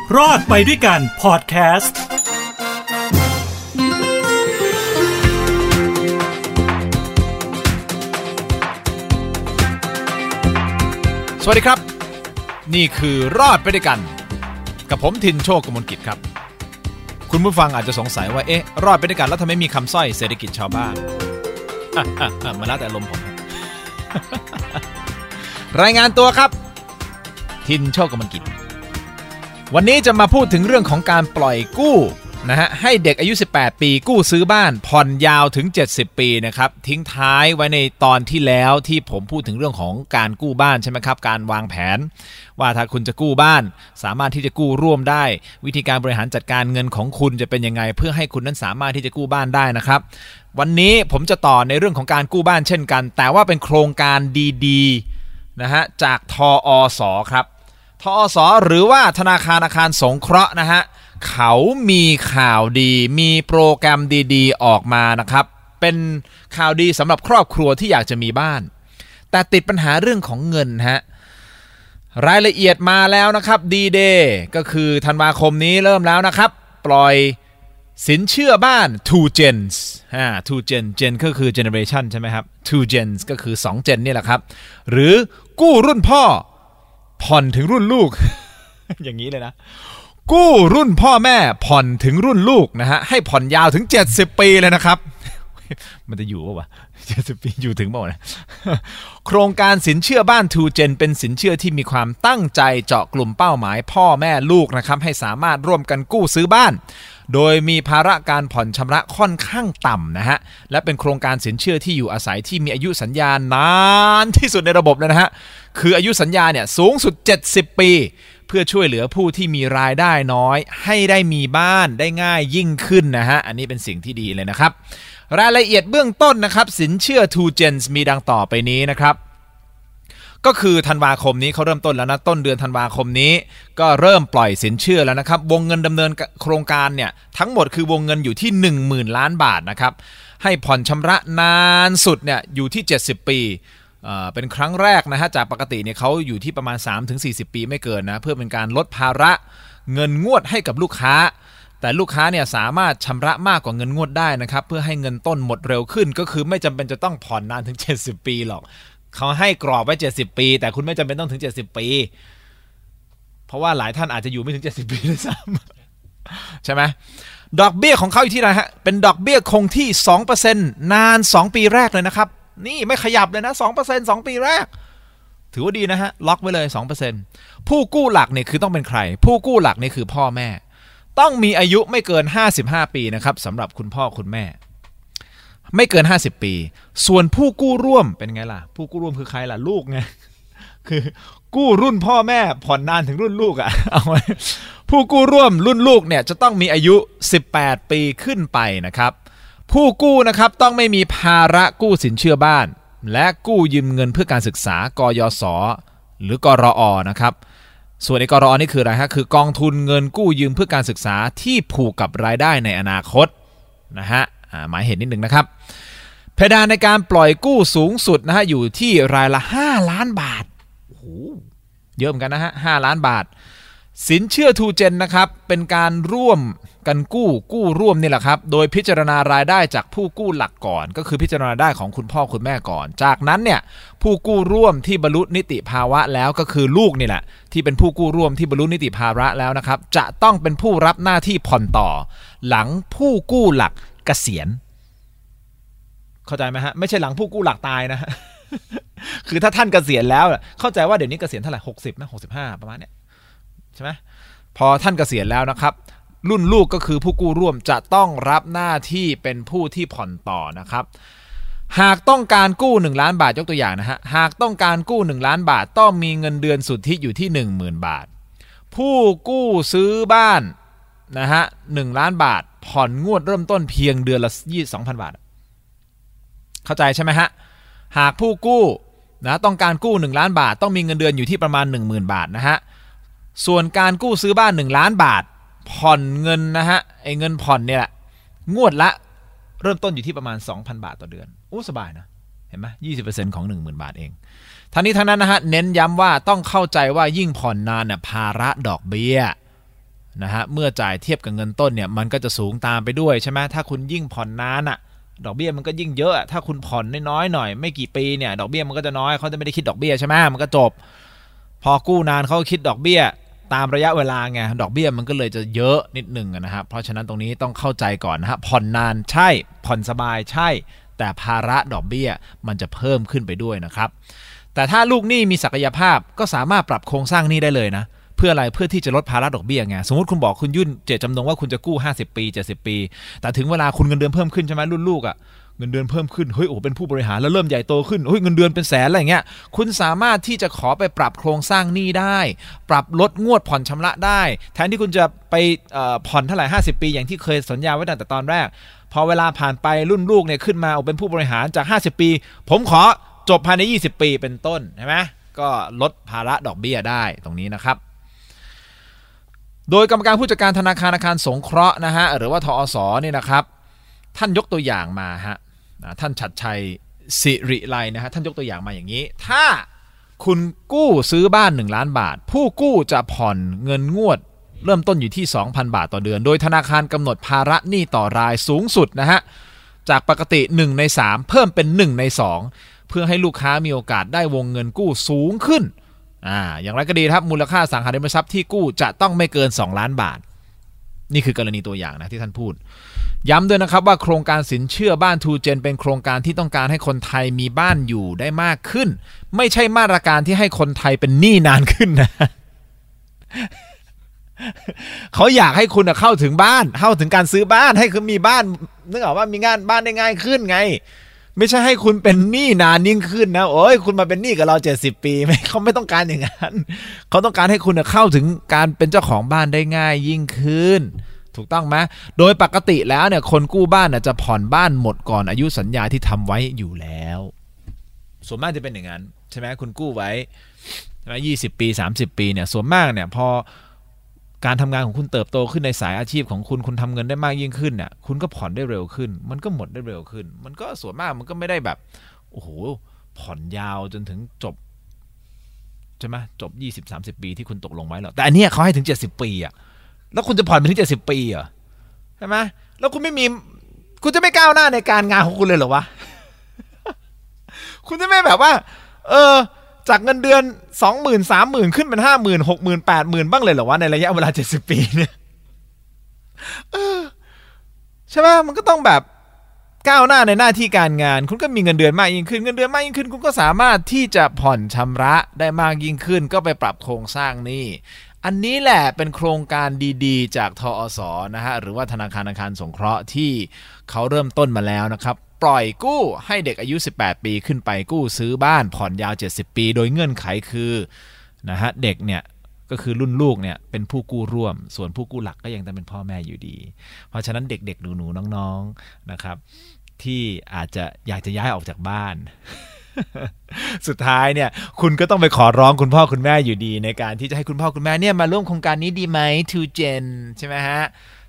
รอดไปด้วยกันพอดแคสต์สวัสดีครับนี่คือรอดไปด้วยกันกับผมทินโชคกมลกิจครับคุณผู้ฟังอาจจะสงสัยว่ารอดไปด้วยกันแล้วทำไมมีคำสร้อยเศรษฐกิจชาวบ้านมาแล้วแต่ลมผม รายงานตัวครับทินโชคกมลกิจวันนี้จะมาพูดถึงเรื่องของการปล่อยกู้นะฮะให้เด็กอายุ18ปีกู้ซื้อบ้านผ่อนยาวถึง70ปีนะครับทิ้งท้ายไว้ในตอนที่แล้วที่ผมพูดถึงเรื่องของการกู้บ้านใช่ไหมครับการวางแผนว่าถ้าคุณจะกู้บ้านสามารถที่จะกู้ร่วมได้วิธีการบริหารจัดการเงินของคุณจะเป็นยังไงเพื่อให้คุณนั้นสามารถที่จะกู้บ้านได้นะครับวันนี้ผมจะต่อในเรื่องของการกู้บ้านเช่นกันแต่ว่าเป็นโครงการดีๆนะฮะจากทอส.ครับทอส.หรือว่าธนาคารอาคารสงเคราะห์นะฮะเขามีข่าวดีมีโปรแกรมดีๆออกมานะครับเป็นข่าวดีสำหรับครอบครัวที่อยากจะมีบ้านแต่ติดปัญหาเรื่องของเงินฮะรายละเอียดมาแล้วนะครับดีเดย์ก็คือธันวาคมนี้เริ่มแล้วนะครับปล่อยสินเชื่อบ้าน two gens two gen ก็คือ generation ใช่ไหมครับ two gens ก็คือ2 gen นี่แหละครับหรือกู้รุ่นพ่อผ่อนถึงรุ่นลูก อย่างนี้เลยนะกู้รุ่นพ่อแม่ผ่อนถึงรุ่นลูกนะฮะให้ผ่อนยาวถึง70ปีเลยนะครับ มันจะอยู่ป่ะวะ70ปีอยู่ถึงเปล่านะ โครงการสินเชื่อบ้าน 2 Gen เป็นสินเชื่อที่มีความตั้งใจเจาะกลุ่มเป้าหมายพ่อแม่ลูกนะครับให้สามารถร่วมกันกู้ซื้อบ้านโดยมีภาระการผ่อนชำระค่อนข้างต่ำนะฮะและเป็นโครงการสินเชื่อที่อยู่อาศัยที่มีอายุสัญญานานที่สุดในระบบเลยนะฮะคืออายุสัญญาเนี่ยสูงสุด70ปีเพื่อช่วยเหลือผู้ที่มีรายได้น้อยให้ได้มีบ้านได้ง่ายยิ่งขึ้นนะฮะอันนี้เป็นสิ่งที่ดีเลยนะครับรายละเอียดเบื้องต้นนะครับสินเชื่อ 2 Gens มีดังต่อไปนี้นะครับก็คือธันวาคมนี้เขาเริ่มต้นแล้วนะต้นเดือนธันวาคมนี้ก็เริ่มปล่อยสินเชื่อแล้วนะครับวงเงินดำเนินโครงการเนี่ยทั้งหมดคือวงเงินอยู่ที่ 10,000 ล้านบาทนะครับให้ผ่อนชำระนานสุดเนี่ยอยู่ที่70ปีเป็นครั้งแรกนะฮะจากปกติเนี่ยเขาอยู่ที่ประมาณ 3-40 ปีไม่เกินนะเพื่อเป็นการลดภาระเงินงวดให้กับลูกค้าแต่ลูกค้าเนี่ยสามารถชำระมากกว่าเงินงวดได้นะครับเพื่อให้เงินต้นหมดเร็วขึ้นก็คือไม่จำเป็นจะต้องผ่อนนานถึง70ปีหรอกเขาให้กรอบไว้70ปีแต่คุณไม่จำเป็นต้องถึง70ปีเพราะว่าหลายท่านอาจจะอยู่ไม่ถึง70ปีด้วยซ้ำใช่ไหมดอกเบี้ยของเขาอยู่ที่ไหนฮะเป็นดอกเบี้ยคงที่ 2% นาน2ปีแรกเลยนะครับนี่ไม่ขยับเลยนะ 2% 2 ปีแรกถือว่าดีนะฮะล็อกไว้เลย 2% ผู้กู้หลักเนี่ยคือต้องเป็นใครผู้กู้หลักนี่คือพ่อแม่ต้องมีอายุไม่เกิน55ปีนะครับสำหรับคุณพ่อคุณแม่ไม่เกิน50ปีส่วนผู้กู้ร่วมเป็นไงล่ะผู้กู้ร่วมคือใครล่ะลูกไงคือกู้รุ่นพ่อแม่ผ่อนนานถึงรุ่นลูกอ่ะเอาไว้ผู้กู้ร่วมรุ่นลูกเนี่ยจะต้องมีอายุ18ปีขึ้นไปนะครับผู้กู้นะครับต้องไม่มีภาระกู้สินเชื่อบ้านและกู้ยืมเงินเพื่อการศึกษากยศหรือกรอนะครับส่วนกรอนี่คืออะไรฮะคือกองทุนเงินกู้ยืมเพื่อการศึกษาที่ผูกกับรายได้ในอนาคตนะฮะหมายเหตุนิดนึงนะครับเพดานในการปล่อยกู้สูงสุดนะฮะอยู่ที่รายละ5ล้านบาทโอ้โหเยอะเหมือนกันนะฮะ5ล้านบาทสินเชื่อ 2 Gen นะครับเป็นการร่วมกันกู้ร่วมนี่แหละครับโดยพิจารณารายได้จากผู้กู้หลักก่อนก็คือพิจารณาได้ของคุณพ่อคุณแม่ก่อนจากนั้นเนี่ยผู้กู้ร่วมที่บรรลุนิติภาวะแล้วก็คือลูกนี่แหละที่เป็นผู้กู้ร่วมที่บรรลุนิติภาวะแล้วนะครับจะต้องเป็นผู้รับหน้าที่ผ่อนต่อหลังผู้กู้หลักเกษียณเข้าใจไหมฮะไม่ใช่หลังผู้กู้หลักตายนะคือถ้าท่านเกษียณแล้วเข้าใจว่าเดี๋ยวนี้เกษียณเท่าไหร่60นะ65ประมาณเนี้ยใช่ไหมพอท่านเกษียณแล้วนะครับรุ่นลูกก็คือผู้กู้ร่วมจะต้องรับหน้าที่เป็นผู้ที่ผ่อนต่อนะครับหากต้องการกู้1ล้านบาทยกตัวอย่างนะฮะหากต้องการกู้1ล้านบาทต้องมีเงินเดือนสุทธิอยู่ที่ 10,000 บาทผู้กู้ซื้อบ้านนะฮะ1ล้านบาทผ่อนงวดเริ่มต้นเพียงเดือนละ 2,000 บาทเข้าใจใช่ไหมฮะหากผู้กู้นะต้องการกู้1ล้านบาทต้องมีเงินเดือนอยู่ที่ประมาณ 10,000 บาทนะฮะส่วนการกู้ซื้อบ้าน1ล้านบาทผ่อนเงินนะฮะไอ้เงินผ่อนเนี่ยงวดละเริ่มต้นอยู่ที่ประมาณ 2,000 บาทต่อเดือนโอ้สบายนะเห็นไหม 20% ของ 10,000 บาทเองทั้งนี้ทั้งนั้นนะฮะเน้นย้ำว่าต้องเข้าใจว่ายิ่งผ่อนนานน่ะภาระดอกเบี้ยนะฮะเมื่อจ่ายเทียบกับเงินต้นเนี่ยมันก็จะสูงตามไปด้วยใช่ไหมถ้าคุณยิ่งผ่อนนานดอกเบี้ยมันก็ยิ่งเยอะถ้าคุณผ่อนน้อยๆหน่อยไม่กี่ปีเนี่ยดอกเบี้ยมันก็จะน้อยเขาจะไม่ได้คิดดอกเบี้ยใช่ไหมมันก็จบพอกู้นานเขาคิดดอกเบี้ยตามระยะเวลาไงดอกเบี้ยมันก็เลยจะเยอะนิดนึงนะครับเพราะฉะนั้นตรงนี้ต้องเข้าใจก่อนนะฮะผ่อนนานใช่ผ่อนสบายใช่แต่ภาระดอกเบี้ยมันจะเพิ่มขึ้นไปด้วยนะครับแต่ถ้าลูกหนี้มีศักยภาพก็สามารถปรับโครงสร้างหนี้ได้เลยนะเพื่ออะไรเพื่อที่จะลดภาระดอกเบี้ยไงสมมติคุณบอกคุณยื่นเจตจำนงว่าคุณจะกู้50ปี70ปีแต่ถึงเวลาคุณเงินเดือนเพิ่มขึ้นใช่ไหมรุ่นลูกเงินเดือนเพิ่มขึ้นเฮ้ยโอ้เป็นผู้บริหารแล้วเริ่มใหญ่โตขึ้นเฮ้ยเงินเดือนเป็นแสนอะไรอย่างเงี้ยคุณสามารถที่จะขอไปปรับโครงสร้างหนี้ได้ปรับลดงวดผ่อนชำระได้แทนที่คุณจะไปผ่อนเท่าไหร่50ปีอย่างที่เคยสัญญาไว้ตั้งแต่ตอนแรกพอเวลาผ่านไปรุ่นลูกเนี่ยขึ้นมาเป็นผู้บริหารจาก50ปีผมขอจบภายใน20ปีเป็นต้นใช่ไหมก็ลดภาระดอกเบี้ยได้ตรงนี้นะครับโดยกรรมการผู้จัดการธนาคารอาคารสงเคราะห์นะฮะหรือว่าทอสเนี่ยนะครับท่านยกตัวอย่างมาฮะท่านชัดชัยสิริไลนะฮะท่านยกตัวอย่างมาอย่างนี้ถ้าคุณกู้ซื้อบ้าน1ล้านบาทผู้กู้จะผ่อนเงินงวดเริ่มต้นอยู่ที่ 2,000 บาทต่อเดือนโดยธนาคารกำหนดภาระหนี้ต่อรายสูงสุดนะฮะจากปกติ1ใน3เพิ่มเป็น1ใน2เพื่อให้ลูกค้ามีโอกาสได้วงเงินกู้สูงขึ้นอย่างไรก็ดีครับมูลค่าอสังหาริมทรัพย์ที่กู้จะต้องไม่เกิน2ล้านบาทนี่คือกรณีตัวอย่างนะที่ท่านพูดย้ำด้วยนะครับว่าโครงการสินเชื่อบ้านทูเจนเป็นโครงการที่ต้องการให้คนไทยมีบ้านอยู่ได้มากขึ้นไม่ใช่มาตรการที่ให้คนไทยเป็นหนี้นานขึ้นนะ เขาอยากให้คุณเข้าถึงบ้านเข้าถึงการซื้อบ้านให้คุณมีบ้านนึกออกว่ามีงานบ้านได้ง่ายขึ้นไงไม่ใช่ให้คุณเป็นหนี้นานยิ่งขึ้นนะโอ้ยคุณมาเป็นหนี้กับเรา70ปีไม่เขาไม่ต้องการอย่างนั้นเขาต้องการให้คุณเข้าถึงการเป็นเจ้าของบ้านได้ง่ายยิ่งขึ้นถูกต้องไหมโดยปกติแล้วเนี่ยคนกู้บ้านจะผ่อนบ้านหมดก่อนอายุสัญญาที่ทำไว้อยู่แล้วส่วนมากจะเป็นอย่างนั้นใช่ไหมคุณกู้ไว้ใช่ไหม20 ปี30 ปีเนี่ยส่วนมากเนี่ยพอการทำงานของคุณเติบโตขึ้นในสายอาชีพของคุณคุณทำเงินได้มากยิ่งขึ้นเนี่ยคุณก็ผ่อนได้เร็วขึ้นมันก็หมดได้เร็วขึ้นมันก็ส่วนมากมันก็ไม่ได้แบบโอ้โหผ่อนยาวจนถึงจบใช่ไหมจบ20-30 ปีที่คุณตกลงไว้หรอกแต่อันนี้เขาให้ถึง70 ปีแล้วคุณจะผ่อนไปถึง70 ปีใช่ไหมแล้วคุณคุณจะไม่ก้าวหน้าในการงานของคุณเลยเหรอวะ คุณจะไม่แบบว่าจากเงินเดือน 20,000 30,000 ขึ้นเป็น 50,000 60,000 80,000 บ้างเลยเหรอวะในระยะเวลา70 ปีเนี่ยใช่ไหมมันก็ต้องแบบก้าวหน้าในหน้าที่การงานคุณก็มีเงินเดือนมากยิ่งขึ้นเงินเดือนมากยิ่งขึ้นคุณก็สามารถที่จะผ่อนชำระได้มากยิ่งขึ้นก็ไปปรับโครงสร้างหนี้อันนี้แหละเป็นโครงการดีๆจากทอสนะฮะหรือว่าธนาคารอาคารสงเคราะห์ที่เขาเริ่มต้นมาแล้วนะครับปล่อยกู้ให้เด็กอายุ18 ปีขึ้นไปกู้ซื้อบ้านผ่อนยาว70 ปีโดยเงื่อนไขคือนะฮะเด็กเนี่ยก็คือรุ่นลูกเนี่ยเป็นผู้กู้ร่วมส่วนผู้กู้หลักก็ยังต้องเป็นพ่อแม่อยู่ดีเพราะฉะนั้นเด็กๆหนูๆน้องๆนะครับที่อาจจะอยากจะย้ายออกจากบ้าน สุดท้ายเนี่ยคุณก็ต้องไปขอร้องคุณพ่อคุณแม่อยู่ดีในการที่จะให้คุณพ่อคุณแม่เนี่ยมาร่วมโครงการนี้ดีไหม Two Gen ใช่ไหมฮะ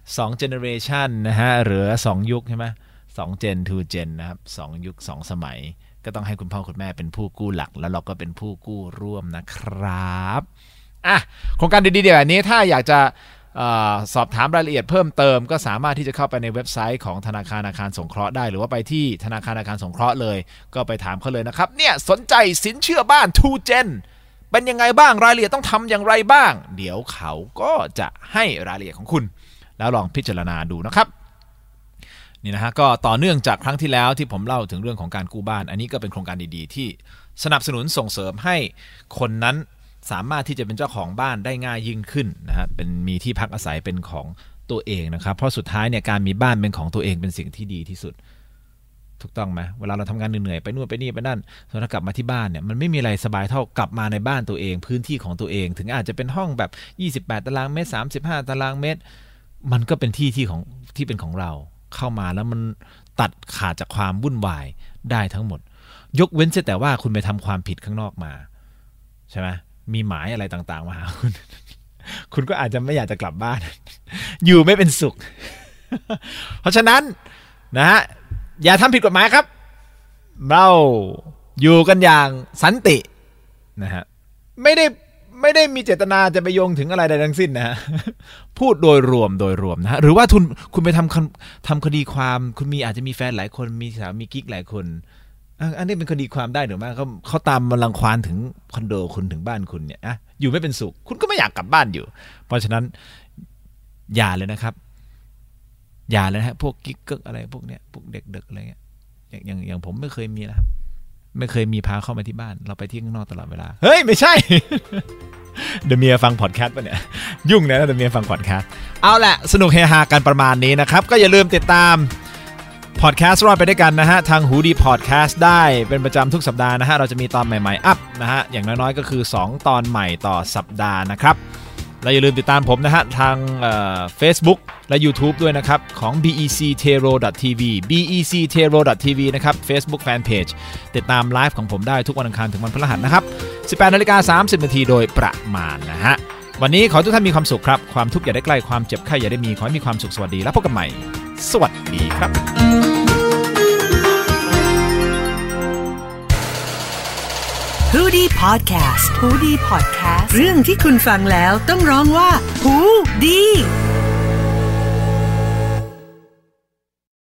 2 generation นะฮะหรือ2 ยุคใช่ไหม2 Gen Two Gen นะครับ2 ยุค2 สมัยก็ต้องให้คุณพ่อคุณแม่เป็นผู้กู้หลักแล้วเราก็เป็นผู้กู้ร่วมนะครับโครงการดีๆแบบนี้ถ้าอยากจะสอบถามรายละเอียดเพิ่มเติมก็สามารถที่จะเข้าไปในเว็บไซต์ของธนาคารอาคารสงเคราะห์ได้หรือว่าไปที่ธนาคารอาคารสงเคราะห์เลยก็ไปถามเขาเลยนะครับเนี่ยสนใจสินเชื่อบ้าน Two Gen เป็นยังไงบ้างรายละเอียดต้องทำอย่างไรบ้างเดี๋ยวเขาก็จะให้รายละเอียดของคุณแล้วลองพิจารณาดูนะครับนี่นะฮะก็ต่อเนื่องจากครั้งที่แล้วที่ผมเล่าถึงเรื่องของการกู้บ้านอันนี้ก็เป็นโครงการดีๆที่สนับสนุนส่งเสริมให้คนนั้นสามารถที่จะเป็นเจ้าของบ้านได้ง่ายยิ่งขึ้นนะฮะเป็นมีที่พักอาศัยเป็นของตัวเองนะครับเพราะสุดท้ายเนี่ยการมีบ้านเป็นของตัวเองเป็นสิ่งที่ดีที่สุดถูกต้องไหมเวลาเราทำงานเหนื่อยๆไปนู่นไปนี่ไปนั่นพอกลับมาที่บ้านเนี่ยมันไม่มีอะไรสบายเท่ากลับมาในบ้านตัวเองพื้นที่ของตัวเองถึงอาจจะเป็นห้องแบบ28 ตารางเมตร35 ตารางเมตรมันก็เป็นที่เป็นของเราเข้ามาแล้วมันตัดขาดจากความวุ่นวายได้ทั้งหมดยกเว้นแต่ว่าคุณไปทำความผิดข้างนอกมาใช่ไหมมีหมายอะไรต่างๆมาหาคุณก็อาจจะไม่อยากจะกลับบ้านอยู่ไม่เป็นสุข เพราะฉะนั้นนะฮะอย่าทำผิดกฎหมายครับเราอยู่กันอย่างสันตินะฮะไม่ไม่ได้มีเจตนาจะไปโยงถึงอะไรใดทั้งสิ้นนะฮะพูดโดยรวมนะฮะหรือว่าคุณไปทำคดีความคุณอาจจะมีแฟนหลายคนมีสามีกิ๊กหลายคนอันนี้เป็นคดีความได้หรือไม่เขาตามมารังควานถึงคอนโดคุณถึงบ้านคุณเนี่ยอยู่ไม่เป็นสุขคุณก็ไม่อยากกลับบ้านอยู่เพราะฉะนั้นอย่าเลยนะครับอย่าเลยนะฮะพวกกิ๊กเกิกอะไรพวกเนี้ยพวกเด็กๆอะไรเงี้ยอย่างผมไม่เคยมีนะครับไม่เคยมีพาเข้ามาที่บ้านเราไปที่ข้างนอกตลอดเวลาเฮ้ยไม่ใช่ เดี๋ยวเมียฟังพอดแคสต์ป่ะเนี่ยยุ่งนะเดี๋ยวเมียฟังพอดแคสต์เอาแหละสนุกเฮฮากันประมาณนี้นะครับก็อย่าลืมติดตามพอดแคสต์รอดไปด้วยกันนะฮะทางหูดีพอดแคสต์ได้เป็นประจำทุกสัปดาห์นะฮะเราจะมีตอนใหม่ๆอัพนะฮะอย่างน้อยๆก็คือ2ตอนใหม่ต่อสัปดาห์นะครับและอย่าลืมติดตามผมนะฮะทางFacebook และ YouTube ด้วยนะครับของ bectero.tv bectero.tv นะครับ Facebook Fanpage ติดตามไลฟ์ของผมได้ทุกวันอังคารถึงวันพฤหัสนะครับ 18:30 นาทีโดยประมาณนะฮะวันนี้ขอทุกท่านมีความสุขครับความทุกข์อย่าได้ใกล้ความเจ็บไข้อย่าได้มีขอให้มีความสุขสวัสดีแล้วพบกันใหม่สวัสดีครับฮูดี้พอดแคสต์ฮูดี้พอดแคสต์เรื่องที่คุณฟังแล้วต้องร้องว่าฮูดี้